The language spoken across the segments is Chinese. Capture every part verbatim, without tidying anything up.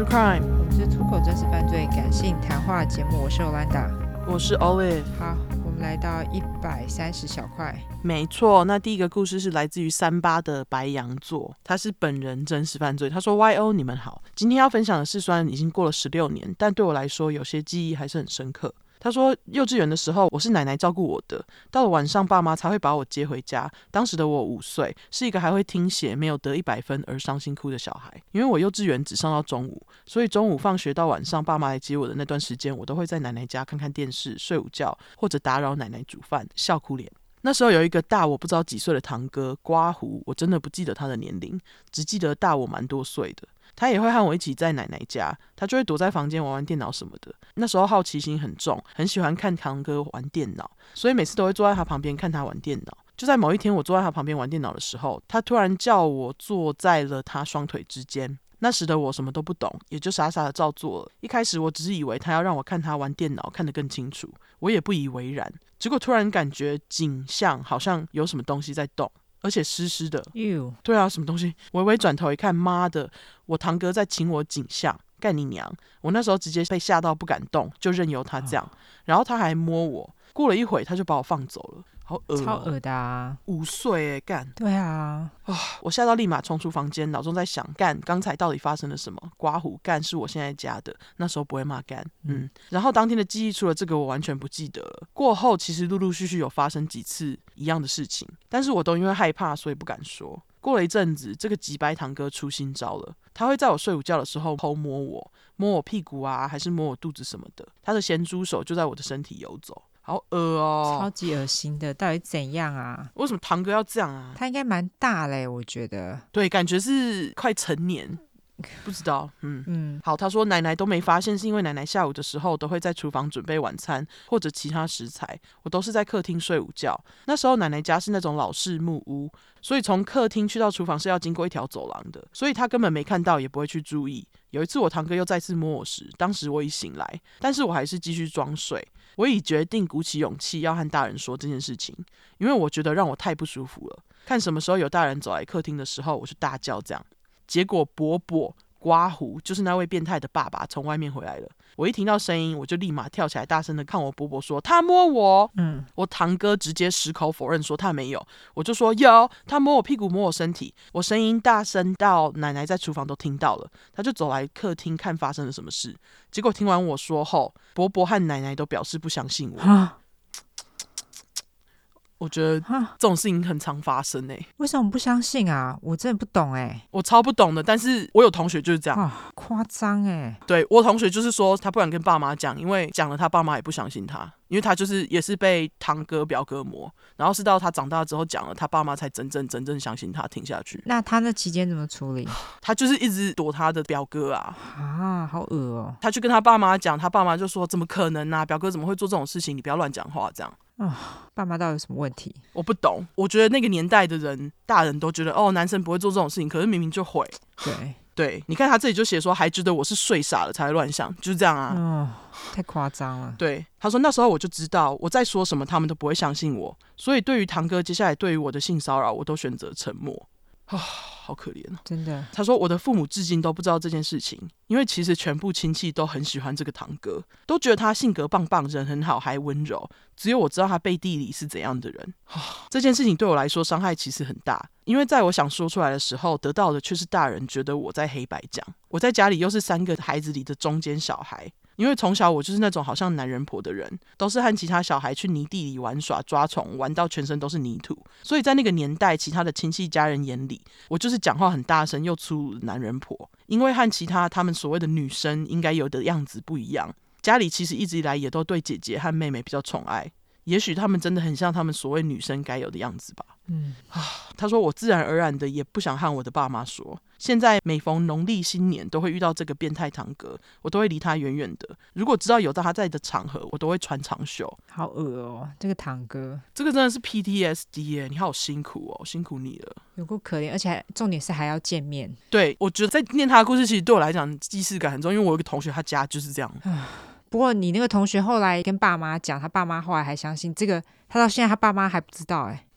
Crime， 我们是出口真实犯罪感性谈话节目，我是 Olanda， 我是 Olive。 好，我们来到一百三十小块。 没错，那第一个故事是来自于三八的白羊座，他是本人真实犯罪。他说 Y O 你们好，今天要分享的是虽然已经过了十六年，但对我来说有些记忆还是很深刻。他说幼稚园的时候我是奶奶照顾我的，到了晚上爸妈才会把我接回家。当时的我五岁，是一个还会听写没有得一百分而伤心哭的小孩。因为我幼稚园只上到中午，所以中午放学到晚上爸妈来接我的那段时间，我都会在奶奶家看看电视睡午觉，或者打扰奶奶煮饭，笑哭脸。那时候有一个大我不知道几岁的堂哥刮胡，我真的不记得他的年龄，只记得大我蛮多岁的。他也会和我一起在奶奶家，他就会躲在房间玩玩电脑什么的。那时候好奇心很重，很喜欢看堂哥玩电脑，所以每次都会坐在他旁边看他玩电脑。就在某一天我坐在他旁边玩电脑的时候，他突然叫我坐在了他双腿之间。那时的我什么都不懂，也就傻傻的照做了。一开始我只是以为他要让我看他玩电脑看得更清楚，我也不以为然。结果突然感觉景象好像有什么东西在动，而且湿湿的。对啊，什么东西？微微转头一看，妈的，我堂哥在请我景象，干你娘！我那时候直接被吓到不敢动，就任由他这样。然后他还摸我，过了一会他就把我放走了。好恶、哦、 超恶的啊！ 五岁耶，干！ 对啊， 哦，我吓到立马冲出房间，脑中在想，干刚才到底发生了什么？刮胡干是我现在家的，那时候不会骂干。嗯，然后当天的记忆除了这个我完全不记得了。过后其实陆陆续续有发生几次一样的事情，但是我都因为害怕所以不敢说。过了一阵子，这个急掰堂哥出新招了，他会在我睡午觉的时候偷摸我，摸我屁股啊，还是摸我肚子什么的，他的咸猪手就在我的身体游走。好恶哦， 超级恶心的，到底怎样啊？ 为什么堂哥要这样啊？ 他应该蛮大嘞，我觉得。 对，感觉是快成年。不知道，嗯嗯， 好，他说奶奶都没发现，是因为奶奶下午的时候都会在厨房准备晚餐或者其他食材，我都是在客厅睡午觉。那时候奶奶家是那种老式木屋，所以从客厅去到厨房是要经过一条走廊的，所以他根本没看到，也不会去注意。有一次我堂哥又再次摸我时，当时我已醒来，但是我还是继续装睡。我已决定鼓起勇气要和大人说这件事情，因为我觉得让我太不舒服了。看什么时候有大人走来客厅的时候，我就大叫这样。结果伯伯刮胡，就是那位变态的爸爸，从外面回来了。我一听到声音，我就立马跳起来，大声的看我伯伯说：“他摸我。”嗯，我堂哥直接矢口否认说他没有，我就说有，他摸我屁股，摸我身体。我声音大声到奶奶在厨房都听到了，他就走来客厅看发生了什么事。结果听完我说后，伯伯和奶奶都表示不相信我。我觉得这种事情很常发生诶、欸， 为什么不相信啊？我真的不懂诶、欸， 我超不懂的。但是我有同学就是这样， 啊，夸张诶。 对，我同学就是说他不敢跟爸妈讲，因为讲了他爸妈也不相信他，因为他就是也是被堂哥表哥磨，然后是到他长大之后讲了，他爸妈才真正真正相信他听下去。 那他那期间怎么处理？ 他就是一直躲他的表哥啊， 啊，好恶哦。 他去跟他爸妈讲，他爸妈就说怎么可能啊，表哥怎么会做这种事情？你不要乱讲话这样。 哦，爸妈到底有什么问题？ 我不懂，我觉得那个年代的人，大人都觉得哦，男生不会做这种事情，可是明明就会。 对对，你看他这里就写说，还觉得我是睡傻了才会乱想，就是这样啊。 哦，太夸张了。 对，他说那时候我就知道，我在说什么他们都不会相信我，所以对于堂哥接下来对于我的性骚扰，我都选择沉默。啊、哦，好可怜、啊、 真的。 他说我的父母至今都不知道这件事情，因为其实全部亲戚都很喜欢这个堂哥，都觉得他性格棒棒，人很好，还温柔。只有我知道他背地里是怎样的人。哦、这件事情对我来说伤害其实很大，因为在我想说出来的时候，得到的却是大人觉得我在黑白讲。我在家里又是三个孩子里的中间小孩。因为从小我就是那种好像男人婆的人，都是和其他小孩去泥地里玩耍抓虫，玩到全身都是泥土，所以在那个年代其他的亲戚家人眼里，我就是讲话很大声又粗鲁的男人婆。因为和其他他们所谓的女生应该有的样子不一样，家里其实一直以来也都对姐姐和妹妹比较宠爱，也许他们真的很像他们所谓女生该有的样子吧。嗯，他说我自然而然的也不想和我的爸妈说，现在每逢农历新年都会遇到这个变态堂哥，我都会离他远远的，如果知道有他在的场合，我都会穿长袖。 好恶哦，这个堂哥， 这个真的是 P T S D 耶，你好辛苦哦，辛苦你了， 有够可怜，而且还重点是还要见面。 对，我觉得在念他的故事其实对我来讲既视感很重，因为我有一个同学他家就是这样。 不过你那个同学后来跟爸妈讲，他爸妈后来还相信这个，他到现在他爸妈还不知道哎、欸。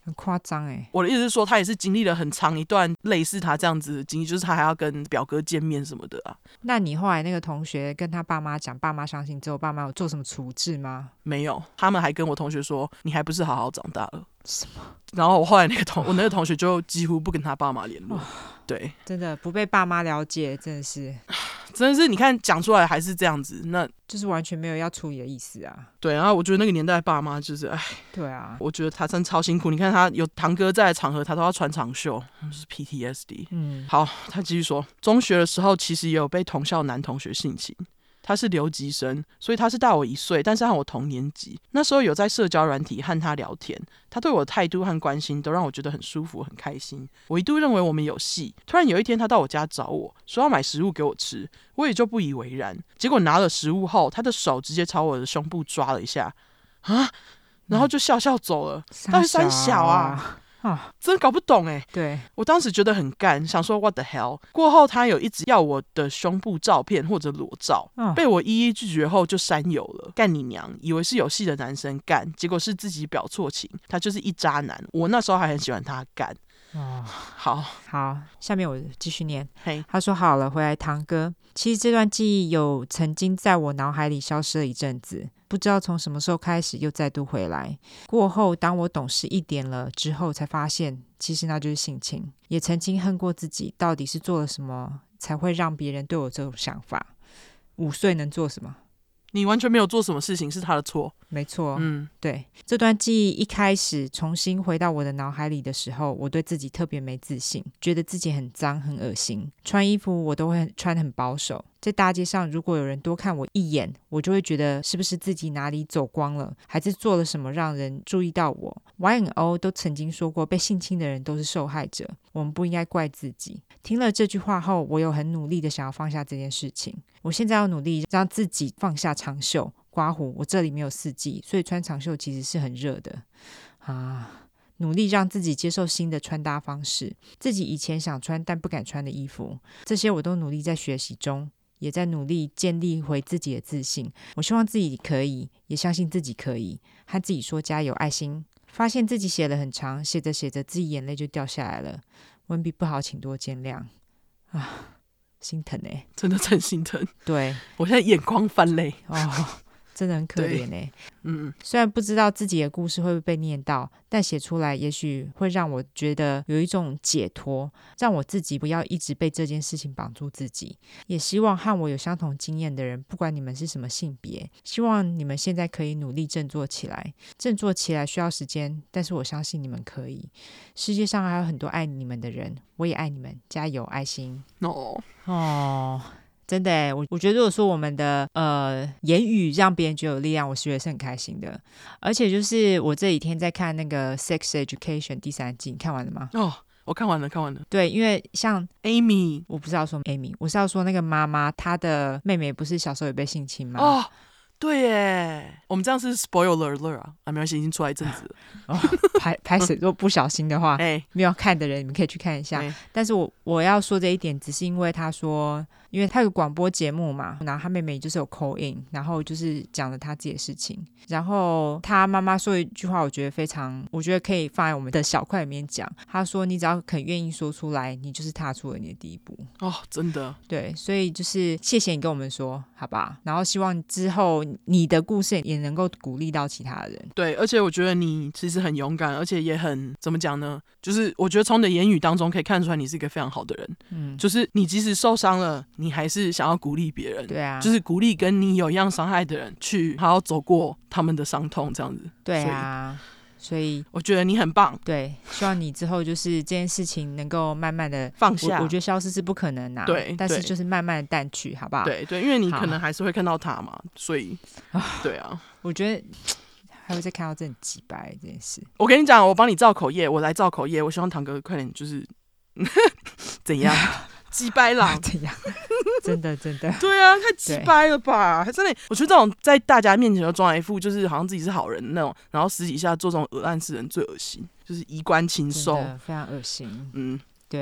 很夸张哎。 我的意思是说，他也是经历了很长一段类似他这样子的经历，就是他还要跟表哥见面什么的啊。 那你后来那个同学跟他爸妈讲，爸妈相信之后，爸妈有做什么处置吗？ 没有，他们还跟我同学说，你还不是好好长大了。 什么？ 然后我后来那个同我那个同学就几乎不跟他爸妈联络。对， 真的不被爸妈了解，真的是， 真的是你看讲出来还是这样子，那就是完全没有要处理的意思啊。 对，然后我觉得那个年代爸妈就是，哎， 对啊， 我觉得他真的超辛苦。你看他有堂哥在的场合，他都要穿长袖，就是 P T S D。嗯，好，他继续说，中学的时候其实也有被同校男同学性侵。他是留级生，所以他是大我一岁，但是和我同年级。那时候有在社交软体和他聊天，他对我的态度和关心都让我觉得很舒服、很开心。我一度认为我们有戏，突然有一天他到我家找我，说要买食物给我吃，我也就不以为然。结果拿了食物后，他的手直接朝我的胸部抓了一下，啊，然后就笑笑走了。到底三小啊？啊，真的搞不懂哎、欸。 对， 我当时觉得很干，想说 what the hell。过后他有一直要我的胸部照片或者裸照，哦、被我一一拒绝后就删有了。干你娘！以为是有戏的男生干，结果是自己表错情，他就是一渣男。我那时候还很喜欢他干。哦，好好，下面我继续念。 Hey. 他说好了，回来堂哥。其实这段记忆有曾经在我脑海里消失了一阵子，不知道从什么时候开始又再度回来。过后当我懂事一点了之后，才发现其实那就是性侵。也曾经恨过自己，到底是做了什么才会让别人对我这种想法。五岁能做什么？ 你完全没有做什么事情，是他的错。 没错，嗯，对。这段记忆一开始重新回到我的脑海里的时候，我对自己特别没自信，觉得自己很脏很恶心，穿衣服我都会穿很保守。在大街上如果有人多看我一眼，我就会觉得是不是自己哪里走光了，还是做了什么让人注意到我。 Y N O 都曾经说过，被性侵的人都是受害者，我们不应该怪自己。听了这句话后，我有很努力的想要放下这件事情。我现在要努力让自己放下长袖。刮胡，我这里没有四季，所以穿长袖其实是很热的啊。努力让自己接受新的穿搭方式，自己以前想穿但不敢穿的衣服，这些我都努力在学习中，也在努力建立回自己的自信。我希望自己可以，也相信自己可以，和自己说加油，爱心。发现自己写了很长，写着写着自己眼泪就掉下来了，文笔不好请多见谅啊，心疼欸， 真的很心疼。 对， 我现在眼眶泛泪哦，真的很可怜欸。嗯，虽然不知道自己的故事会不会被念到，但写出来也许会让我觉得有一种解脱，让我自己不要一直被这件事情绑住自己。也希望和我有相同经验的人，不管你们是什么性别，希望你们现在可以努力振作起来。振作起来需要时间，但是我相信你们可以。世界上还有很多爱你们的人，我也爱你们，加油，爱心。 哦哦，真的耶，我我觉得如果说我们的呃言语让别人觉得有力量，我是觉得是很开心的。而且就是我这几天在看那个 Sex Education 第三季，你看完了吗？ 哦，我看完了看完了。 对，因为像 Amy， 我不是要说 Amy， 我是要说那个妈妈，她的妹妹不是小时候也被性侵吗？ 哦，对耶，我们这样是 spoiler alert 啊，啊没关系，已经出来一阵子了。 哦，拍拍死，如果不小心的话， 欸、 没有看的人你们可以去看一下。欸、但是我我要说这一点，只是因为他说，因为他有广播节目嘛，然后他妹妹就是有 call in， 然后就是讲了他自己的事情，然后他妈妈说一句话，我觉得非常，我觉得可以放在我们的小块里面讲。他说，你只要肯愿意说出来，你就是踏出了你的第一步。 哦，真的， 对，所以就是谢谢你跟我们说，好吧？然后希望之后你的故事也能够鼓励到其他人。 对，而且我觉得你其实很勇敢，而且也很怎么讲呢？就是我觉得从你的言语当中可以看出来，你是一个非常好的人。嗯，就是你即使受伤了，你还是想要鼓励别人。 对啊， 就是鼓励跟你有一样伤害的人，去好好走过他们的伤痛，这样子。 对啊，所以, 所以我觉得你很棒。 对，希望你之后就是这件事情能够慢慢的放下。 我, 我觉得消失是不可能啊， 对， 但是就是慢慢的淡去，好不好？ 对对，因为你可能还是会看到他嘛，所以对啊， 我觉得还会再看到这很鸡掰这件事。 我跟你讲，我帮你造口业，我来造口业，我希望堂哥快点就是怎样鸡掰郎怎样？真的真的， 对啊，太鸡掰了吧！真的，我觉得这种在大家面前都装一副就是好像自己是好人那种，然后私底下做这种恶烂事人最恶心，就是衣冠禽兽， 非常恶心。 嗯， 对。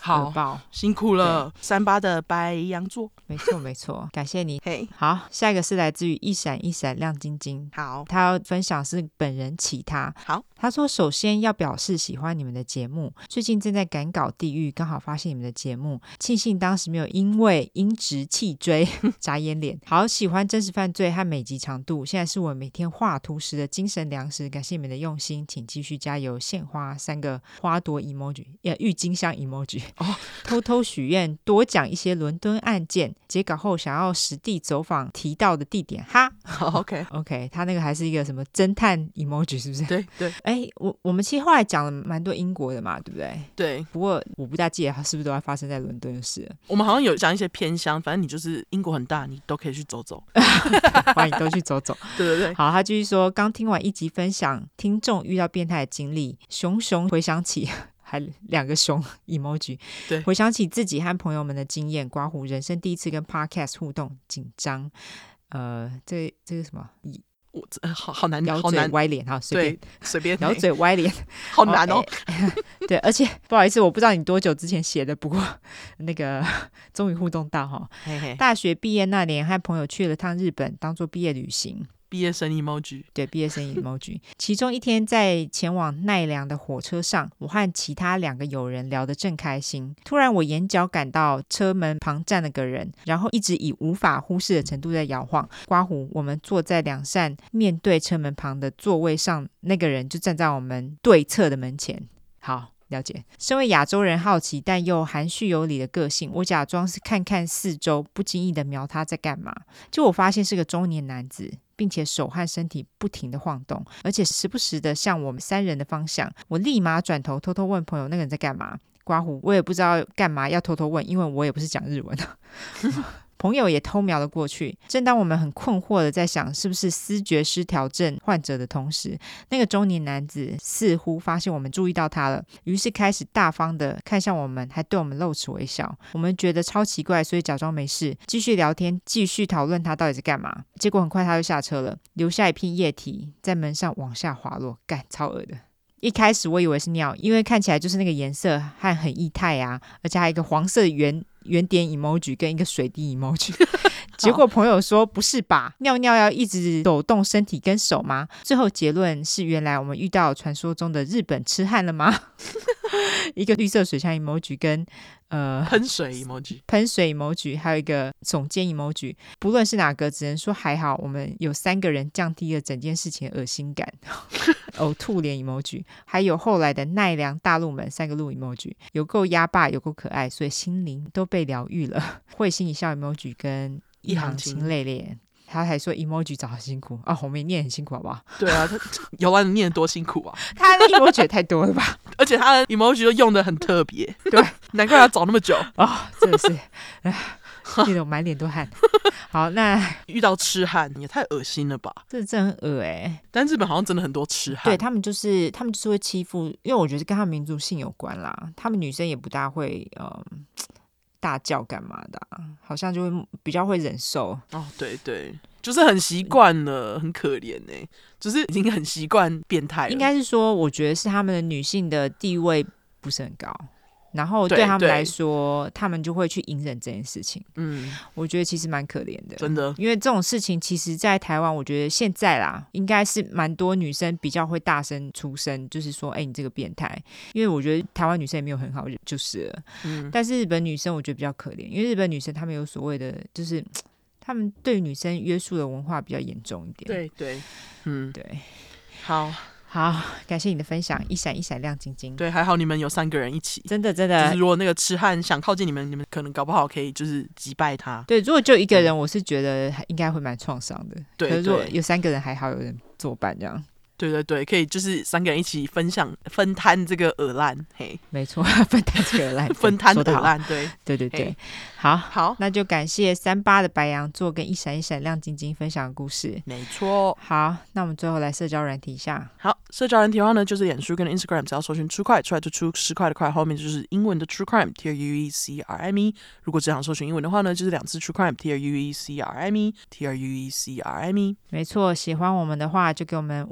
好爆， 辛苦了，三八的白羊座。 没错没错，感谢你。 嘿、 好，下一个是来自于一闪一闪亮晶晶， 好， 他要分享是本人其他。 好， 他说首先要表示喜欢你们的节目，最近正在赶稿地狱，刚好发现你们的节目，庆幸当时没有因为音质气追眨眼脸。好喜欢真实犯罪和每集长度，现在是我每天画图时的精神粮食，感谢你们的用心，请继续加油。献花三个花朵 emoji， 郁金香 emoji、哦、偷偷许愿多讲一些伦敦案件，截稿后想要实地走访提到的地点哈。 好 OK OK， 他那个还是一个什么侦探 emoji 是不是？ 对对， 哎，我我们其实后来讲了蛮多英国的嘛，对不对？ 对， 不过我不大记得它是不是都要发生在伦敦的事了。 我们好像有讲一些偏乡，反正你就是英国很大，你都可以去走走欢迎都去走走。 对对对， 好，他继续说，刚听完一集分享听众遇到变态的经历，熊熊回想起还两个熊 emoji， 对， 回想起自己和朋友们的经验，刮胡人生第一次跟 podcast 互动，紧张。呃，这这是什么？ 我好好难， 咬嘴歪脸，好随便随便咬嘴歪脸， 好难哦。 欸、对，而且不好意思，我不知道你多久之前写的，不过那个终于互动到哈。大学毕业那年，和朋友去了趟日本，当做毕业旅行。 毕业生 emoji， 对，毕业生 emoji。其中一天在前往奈良的火车上，我和其他两个友人聊得正开心，突然我眼角感到车门旁站了个人，然后一直以无法忽视的程度在摇晃。刮胡，我们坐在两扇面对车门旁的座位上，那个人就站在我们对侧的门前。好，了解。身为亚洲人，好奇但又含蓄有礼的个性，我假装是看看四周，不经意的瞄他在干嘛。结果我发现是个中年男子，并且手和身体不停的晃动，而且时不时的向我们三人的方向。我立马转头偷偷问朋友那个人在干嘛。刮胡，我也不知道干嘛要偷偷问，因为我也不是讲日文的朋友也偷瞄了过去。正当我们很困惑的在想是不是思觉失调症患者的同时，那个中年男子似乎发现我们注意到他了，于是开始大方的看向我们，还对我们露齿微笑。我们觉得超奇怪，所以假装没事，继续聊天，继续讨论他到底是干嘛。结果很快他就下车了，留下一片液体在门上往下滑落，干，超恶的。一开始我以为是尿，因为看起来就是那个颜色和很液态啊，而且还有一个黄色圆圆点 emoji 跟一个水滴 emoji 结果朋友说不是吧，尿尿要一直抖动身体跟手吗？最后结论是原来我们遇到传说中的日本痴汉了吗一个绿色水枪 emoji 跟呃喷水 emoji 喷水 emoji 还有一个耸肩 emoji， 不论是哪个只能说还好我们有三个人降低了整件事情的恶心感呕吐脸 emoji， 还有后来的奈良大陆门三个路 emoji， 有够压霸有够可爱，所以心灵都被疗愈了。会心一笑 emoji 跟一行清泪脸，他还说 emoji 找好辛苦啊，我们也念很辛苦好不好？ 对啊，他有啊，念得多辛苦啊！ 他的 emoji 也太多了吧？ 而且他的 emoji 都用得很特别， 对， 难怪要找那么久啊、哦！真的是，念得我满脸都汗。好，那遇到痴汉也太恶心了吧？ 这真的很恶哎、欸！ 但日本好像真的很多痴汉， 对他们就是他们就是会欺负，因为我觉得跟他们民族性有关啦。他们女生也不大会呃大叫干嘛的、啊，好像就会比较会忍受。 哦，对对，就是很习惯了，很可怜哎、欸，就是已经很习惯变态了。 应该是说，我觉得是他们的女性的地位不是很高。然后对他们来说，他们就会去隐忍这件事情。嗯，我觉得其实蛮可怜的， 真的。 因为这种事情，其实，在台湾，我觉得现在啦，应该是蛮多女生比较会大声出声，就是说，哎、欸，你这个变态。因为我觉得台湾女生也没有很好，就是了。嗯。但是日本女生，我觉得比较可怜，因为日本女生她们有所谓的，就是她们对女生约束的文化比较严重一点。 对对，嗯， 对。 好。 好，感谢你的分享，一闪一闪亮晶晶。 对，还好你们有三个人一起， 真的真的。 就是如果那个痴汉想靠近你们，你们可能搞不好可以就是击败他。 对，如果就一个人，我是觉得应该会蛮创伤的。 对， 可是如果有三个人，还好有人作伴这样。 对对对，可以就是三个人一起分享分摊这个鹅烂，嘿， 没错，分摊这个鹅烂， 分摊鹅烂，对对对对，好好， 那就感谢三八的白羊座跟一闪一闪亮晶晶分享的故事， 没错。 好，那我们最后来社交软体一下。 好，社交软体的话呢，就是脸书跟 Instagram， 只要搜寻 True Crime， 出来就出十块的块，后面就是英文的 True Crime T R U E C R M E。如果只想搜寻英文的话呢，就是两次 True Crime T R U E C R M E T R U E C R M E。 没错，喜欢我们的话就给我们五星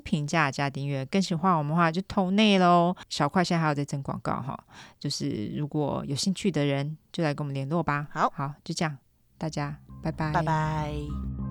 评价加订阅。更喜欢我们的话就投内咯。小块现在还有在征广告哈，就是如果有兴趣的人就来跟我们联络吧。 好好，就这样，大家拜拜拜拜。